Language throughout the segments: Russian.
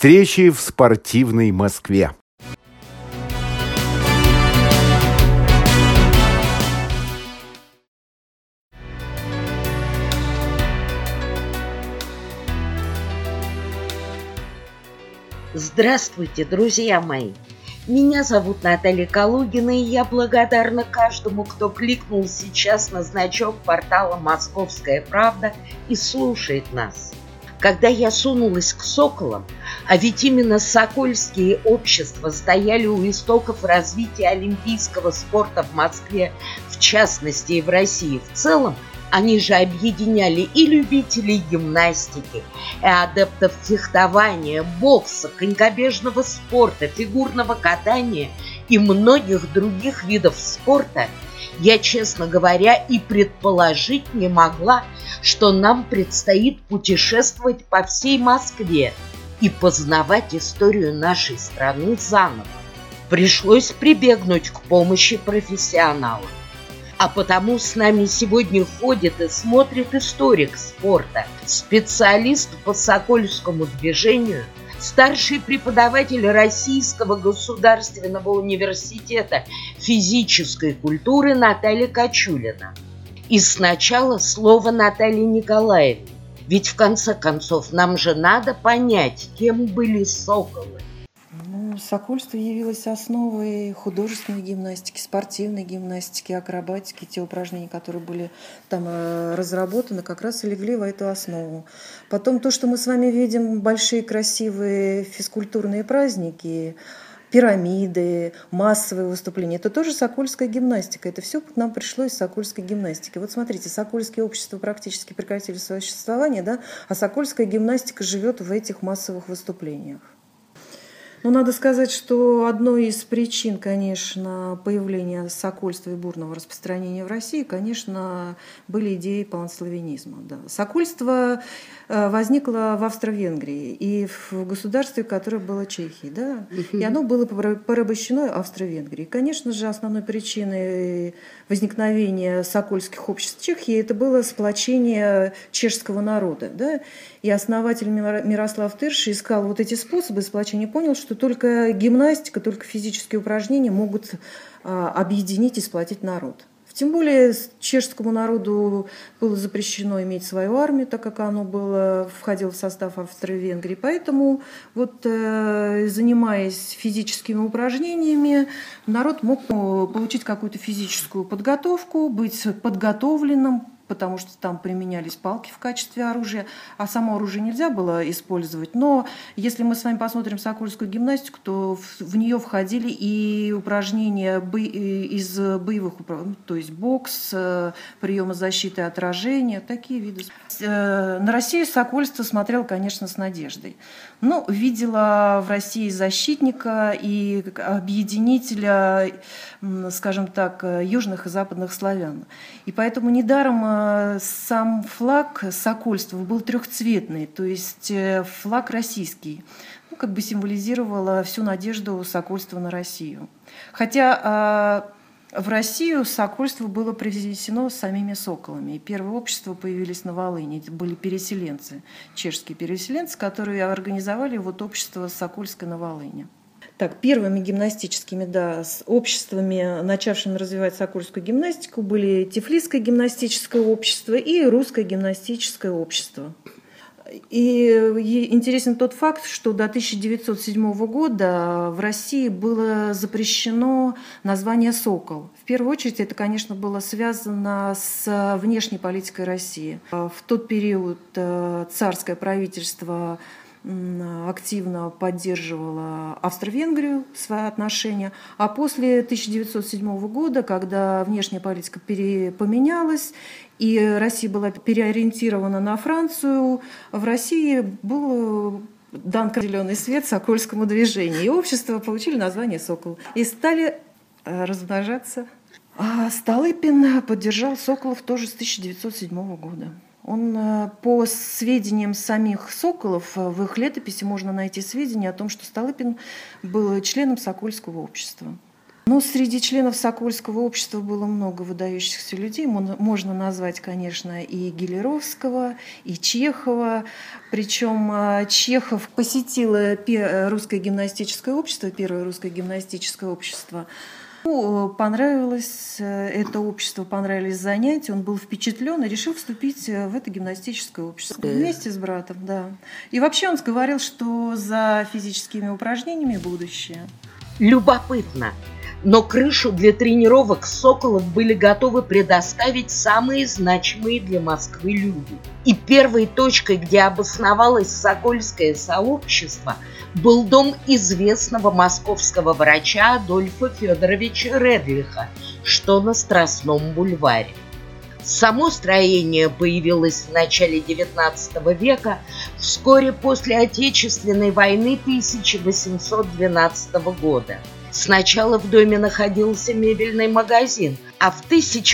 Встречи в спортивной Москве. Здравствуйте, друзья мои! Меня зовут Наталья Калугина, и я благодарна каждому, кто кликнул сейчас на значок портала «Московская правда» и слушает нас. Когда я сунулась к соколам, а ведь именно сокольские общества стояли у истоков развития олимпийского спорта в Москве, в частности и в России в целом, они же объединяли и любителей гимнастики, и адептов фехтования, бокса, конькобежного спорта, фигурного катания и многих других видов спорта, я, честно говоря, и предположить не могла, что нам предстоит путешествовать по всей Москве и познавать историю нашей страны заново. Пришлось прибегнуть к помощи профессионалов. А потому с нами сегодня ходит и смотрит историк спорта, специалист по сокольскому движению, старший преподаватель Российского государственного университета физической культуры Наталья Кочулина. И сначала слово Наталье Николаевне, ведь в конце концов нам же надо понять, кем были соколы. Сокольство явилось основой художественной гимнастики, спортивной гимнастики, акробатики. Те упражнения, которые были там разработаны, как раз и легли в эту основу. Потом то, что мы с вами видим, большие красивые физкультурные праздники, пирамиды, массовые выступления, это тоже сокольская гимнастика. Это все к нам пришло из сокольской гимнастики. Вот смотрите, сокольские общества практически прекратили свое существование, да, а сокольская гимнастика живет в этих массовых выступлениях. Но надо сказать, что одной из причин, конечно, появления сокольства и бурного распространения в России, конечно, были идеи панславянизма. Да. Сокольство возникло в Австро-Венгрии и в государстве, которое было Чехией. Да? И оно было порабощено Австро-Венгрией. Конечно же, основной причиной возникновения сокольских обществ Чехии это было сплочение чешского народа. Да? И основатель Мирослав Тырш искал вот эти способы сплочения, понял, что только гимнастика, только физические упражнения могут объединить и сплотить народ. Тем более чешскому народу было запрещено иметь свою армию, так как оно входило в состав Австро-Венгрии. Поэтому, занимаясь физическими упражнениями, народ мог получить какую-то физическую подготовку, быть подготовленным, потому что там применялись палки в качестве оружия, а само оружие нельзя было использовать. Но если мы с вами посмотрим сокольскую гимнастику, то в нее входили и упражнения из боевых упражнений, то есть бокс, приемы защиты и отражения, такие виды. На Россию сокольство смотрело, конечно, с надеждой. Но видела в России защитника и объединителя, скажем так, южных и западных славян. И поэтому недаром сам флаг сокольства был трехцветный, то есть флаг российский, символизировала всю надежду сокольства на Россию. Хотя в Россию сокольство было привнесено самими соколами. И первые общества появились на Волыни. Это были переселенцы, чешские переселенцы, которые организовали общество сокольское на Волыни. Так, первыми гимнастическими обществами, начавшими развивать сокольскую гимнастику, были Тифлисское гимнастическое общество и Русское гимнастическое общество. И интересен тот факт, что до 1907 года в России было запрещено название «сокол». В первую очередь это, конечно, было связано с внешней политикой России. В тот период царское правительство активно поддерживала Австро-Венгрию свои отношения, а после 1907 года, когда внешняя политика поменялась и Россия была переориентирована на Францию, в России был дан зеленый свет сокольскому движению, и общества получили название «Сокол» и стали размножаться. А Столыпин поддержал соколов тоже с 1907 года. Он, по сведениям самих соколов, в их летописи можно найти сведения о том, что Столыпин был членом Сокольского общества. Ну, среди членов Сокольского общества было много выдающихся людей. Можно назвать, конечно, и Гелеровского, и Чехова. Причем Чехов посетил русское гимнастическое общество, первое русское гимнастическое общество. Понравилось это общество, понравились занятия, он был впечатлен и решил вступить в это гимнастическое общество вместе с братом, да. И вообще он говорил, что за физическими упражнениями будущее. Любопытно, но крышу для тренировок Соколов были готовы предоставить самые значимые для Москвы люди. И первой точкой, где обосновалось Сокольское сообщество, был дом известного московского врача Адольфа Федоровича Редлиха, что на Страстном бульваре. Само строение появилось в начале XIX века, вскоре после Отечественной войны 1812 года. Сначала в доме находился мебельный магазин, а в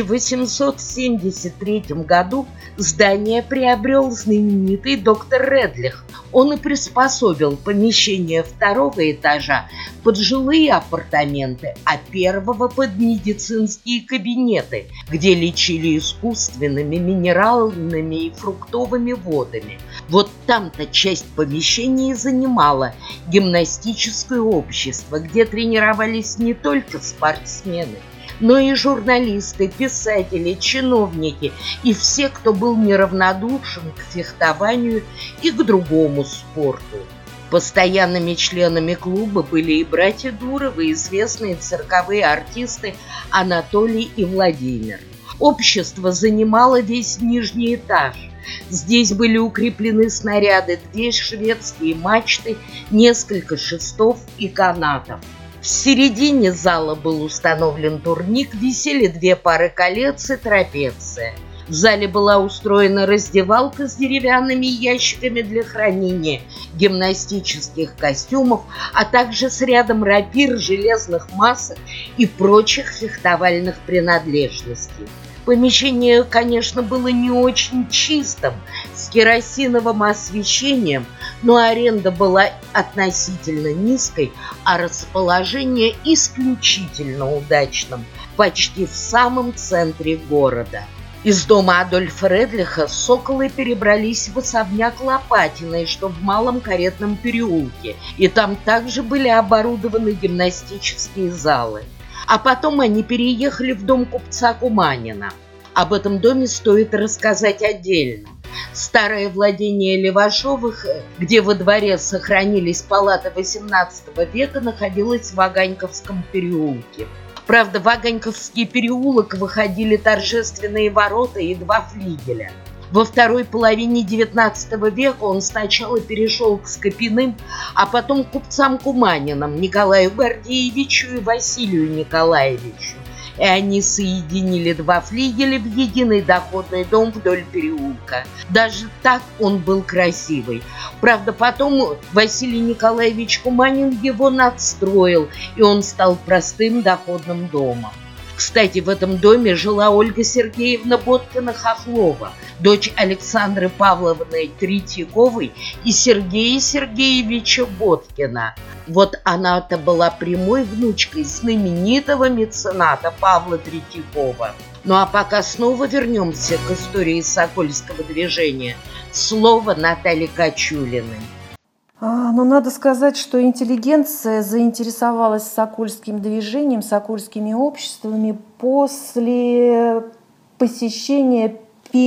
1873 году здание приобрел знаменитый доктор Редлих. Он и приспособил помещение второго этажа под жилые апартаменты, а первого под медицинские кабинеты, где лечили искусственными, минеральными и фруктовыми водами. Вот там-то часть помещения занимала гимнастическое общество, где тренировались не только спортсмены, но и журналисты, писатели, чиновники и все, кто был неравнодушен к фехтованию и к другому спорту. Постоянными членами клуба были и братья Дуровы, известные цирковые артисты Анатолий и Владимир. Общество занимало весь нижний этаж. Здесь были укреплены снаряды, 2 шведские мачты, несколько шестов и канатов. В середине зала был установлен турник, висели 2 пары колец и трапеция. В зале была устроена раздевалка с деревянными ящиками для хранения гимнастических костюмов, а также с рядом рапир, железных масок и прочих фехтовальных принадлежностей. Помещение, конечно, было не очень чистым, с керосиновым освещением, но аренда была относительно низкой, а расположение исключительно удачным, почти в самом центре города. Из дома Адольфа Редлиха Соколы перебрались в особняк Лопатиной, что в Малом Каретном переулке, и там также были оборудованы гимнастические залы. А потом они переехали в дом купца Куманина. Об этом доме стоит рассказать отдельно. Старое владение Левашовых, где во дворе сохранились палаты XVIII века, находилось в Ваганьковском переулке. Правда, в Ваганьковский переулок выходили торжественные ворота и 2 флигеля. Во второй половине XIX века он сначала перешел к Скопиным, а потом к купцам Куманиным, Николаю Гордеевичу и Василию Николаевичу. И они соединили 2 флигеля в единый доходный дом вдоль переулка. Даже так он был красивый. Правда, потом Василий Николаевич Куманин его надстроил, и он стал простым доходным домом. Кстати, в этом доме жила Ольга Сергеевна Боткина-Хохлова, дочь Александры Павловны Третьяковой и Сергея Сергеевича Боткина. Вот она-то была прямой внучкой знаменитого мецената Павла Третьякова. Ну а пока снова вернемся к истории Сокольского движения. Слово Натальи Кочулиной. Но надо сказать, что интеллигенция заинтересовалась Сокольским движением, Сокольскими обществами после посещения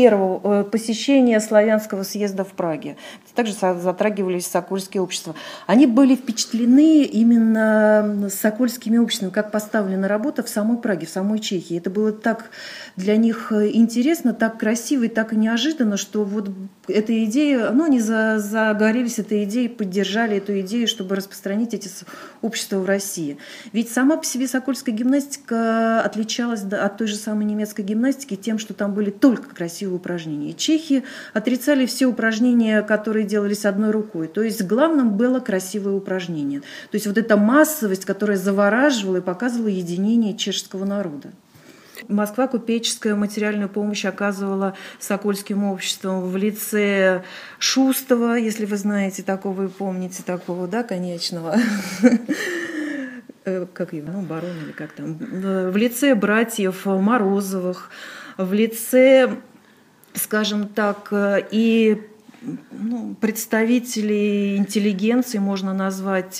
Славянского съезда в Праге. Также затрагивались Сокольские общества. Они были впечатлены именно Сокольскими обществами, как поставлена работа в самой Праге, в самой Чехии. Это было так для них интересно, так красиво и так неожиданно, что вот эта идея, они загорелись этой идеей, поддержали эту идею, чтобы распространить эти общества в России. Ведь сама по себе сокольская гимнастика отличалась от той же самой немецкой гимнастики тем, что там были только красивые упражнения. Чехи отрицали все упражнения, которые делались одной рукой. То есть главным было красивое упражнение. То есть вот эта массовость, которая завораживала и показывала единение чешского народа. Москва купеческая материальную помощь оказывала Сокольским обществом в лице Шустова, если вы знаете такого и помните такого, да, конечного. как его, барон или как там, в лице братьев Морозовых, в лице, скажем так, и представителей интеллигенции, можно назвать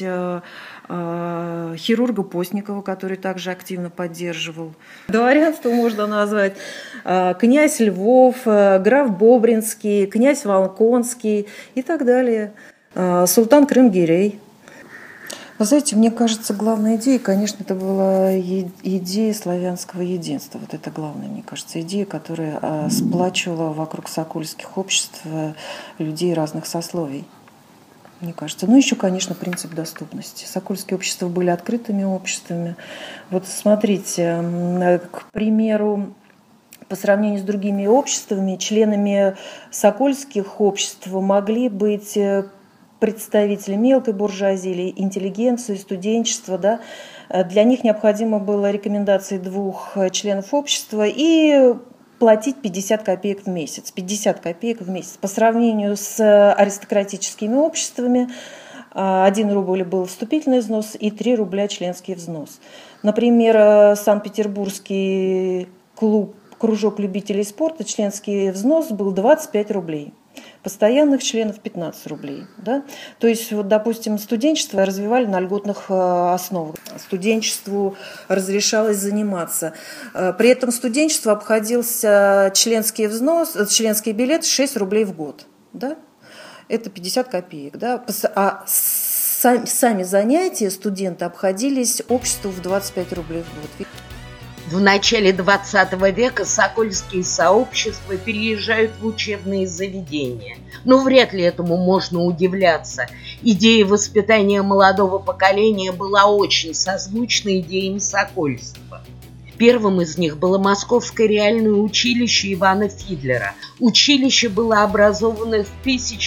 хирурга Постникова, который также активно поддерживал. Дворянство можно назвать князь Львов, граф Бобринский, князь Волконский и так далее. Султан Крым-Гирей. Вы знаете, мне кажется, главная идея, конечно, это была идея славянского единства. Вот это главная, мне кажется, идея, которая сплачивала вокруг сокольских обществ людей разных сословий. Мне кажется. Ну, еще, конечно, принцип доступности. Сокольские общества были открытыми обществами. Вот смотрите, к примеру, по сравнению с другими обществами, членами сокольских обществ могли быть представители мелкой буржуазии или интеллигенции, студенчества. Да? Для них необходимо было рекомендации 2 членов общества и платить 50 копеек в месяц. 50 копеек в месяц. По сравнению с аристократическими обществами 1 рубль был вступительный взнос и 3 рубля членский взнос. Например, Санкт-Петербургский кружок любителей спорта, членский взнос был 25 рублей. Постоянных членов 15 рублей. Да? То есть, вот, допустим, студенчество развивали на льготных основах. Студенчеству разрешалось заниматься. При этом студенчеству обходился членский взнос, членский билет 6 рублей в год. Да? Это 50 копеек. Да? А сами занятия студенты обходились обществу в 25 рублей в год. В начале XX века сокольские сообщества переезжают в учебные заведения. Но вряд ли этому можно удивляться. Идея воспитания молодого поколения была очень созвучна идеям сокольства. Первым из них было Московское реальное училище Ивана Фидлера. Училище было образовано в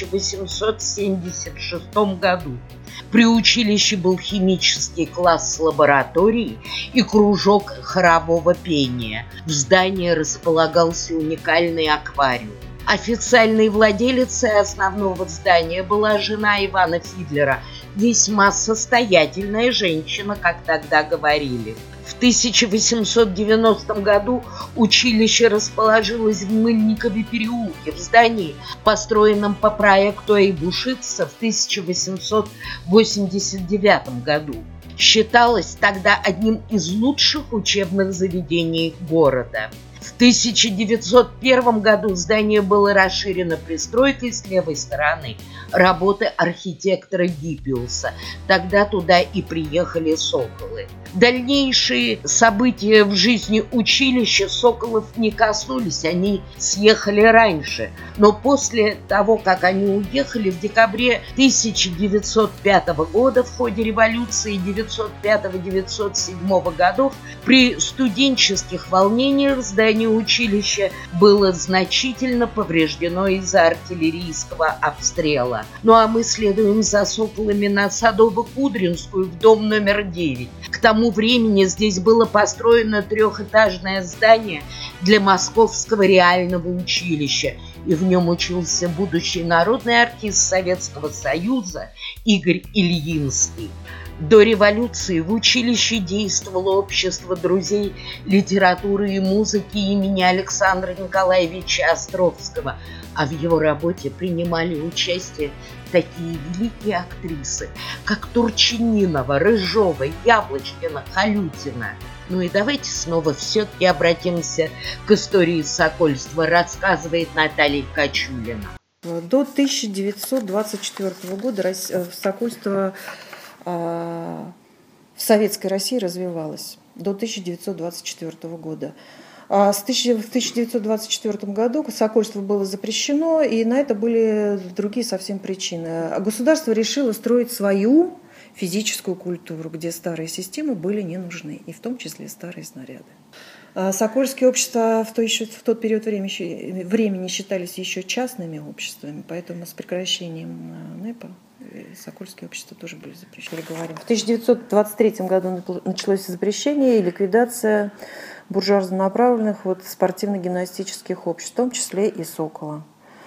1876 году. При училище был химический класс с лабораторией и кружок хорового пения. В здании располагался уникальный аквариум. Официальной владелицей основного здания была жена Ивана Фидлера, весьма состоятельная женщина, как тогда говорили. В 1890 году училище расположилось в Мыльникове переулке, в здании, построенном по проекту Эйбушица в 1889 году. Считалось тогда одним из лучших учебных заведений города. В 1901 году здание было расширено пристройкой с левой стороны, работы архитектора Гиппиуса. Тогда туда и приехали соколы. Дальнейшие события в жизни училища соколов не коснулись, они съехали раньше. Но после того, как они уехали, в декабре 1905 года в ходе революции 1905-1907 годов при студенческих волнениях здание училища было значительно повреждено из-за артиллерийского обстрела. Ну а мы следуем за соколами на Садово-Кудринскую в дом номер 9. К тому времени здесь было построено 3-этажное здание для Московского реального училища, и в нем учился будущий народный артист Советского Союза Игорь Ильинский. До революции в училище действовало общество друзей литературы и музыки имени Александра Николаевича Островского, а в его работе принимали участие такие великие актрисы, как Турчининова, Рыжова, Яблочкина, Халютина. Ну и давайте снова все-таки обратимся к истории сокольства, рассказывает Наталья Кочулина. До 1924 года сокольство в Советской России развивалось. До 1924 года. В 1924 году сокольство было запрещено, и на это были другие совсем причины. Государство решило строить свою физическую культуру, где старые системы были не нужны, и в том числе старые снаряды. Сокольские общества в тот период времени считались еще частными обществами, поэтому с прекращением НЭПа сокольские общества тоже были запрещены. В 1923 году началось запрещение и ликвидация буржуазно-направленных спортивно-гимнастических обществ, в том числе и «Сокола».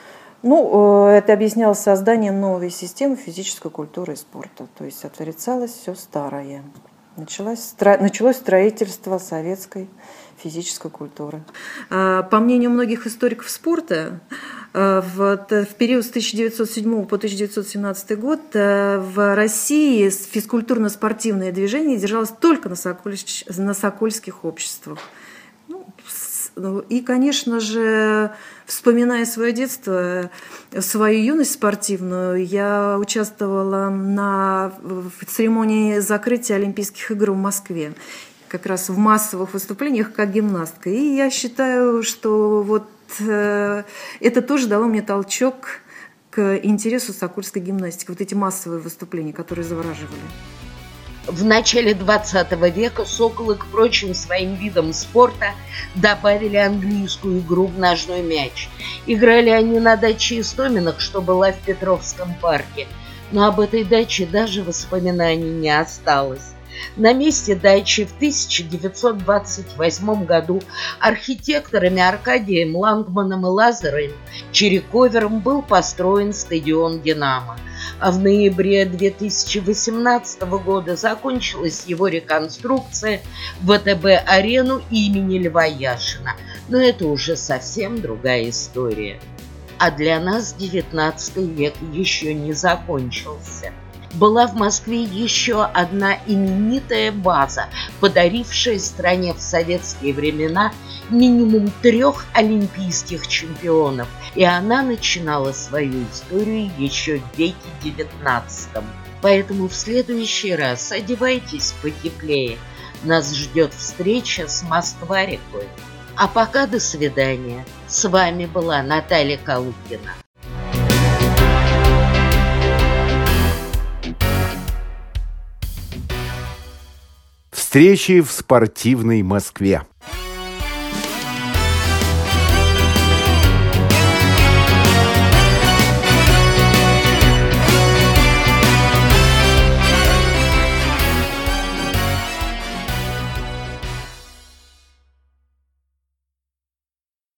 Это объяснялось созданием новой системы физической культуры и спорта, то есть отрицалось все старое. Началось строительство советской физической культуры. По мнению многих историков спорта, в период с 1907 по 1917 год в России физкультурно-спортивное движение держалось только на сокольских обществах. И, конечно же, вспоминая свое детство, свою юность спортивную, я участвовала в церемонии закрытия Олимпийских игр в Москве, как раз в массовых выступлениях как гимнастка. И я считаю, что это тоже дало мне толчок к интересу сокольской гимнастики, эти массовые выступления, которые завораживали. В начале 20 века соколы к прочим своим видам спорта добавили английскую игру в ножной мяч. Играли они на даче Истоминых, что была в Петровском парке, но об этой даче даже воспоминаний не осталось. На месте дачи в 1928 году архитекторами Аркадием Лангманом и Лазарем Чириковером был построен стадион «Динамо», а в ноябре 2018 года закончилась его реконструкция в ВТБ-арену имени Льва Яшина. Но это уже совсем другая история. А для нас XIX век еще не закончился. Была в Москве еще одна именитая база, подарившая стране в советские времена минимум 3 олимпийских чемпионов, и она начинала свою историю еще в веке XIX. Поэтому в следующий раз одевайтесь потеплее, нас ждет встреча с Москва-рекой. А пока до свидания. С вами была Наталья Калугина. Встречи в спортивной Москве.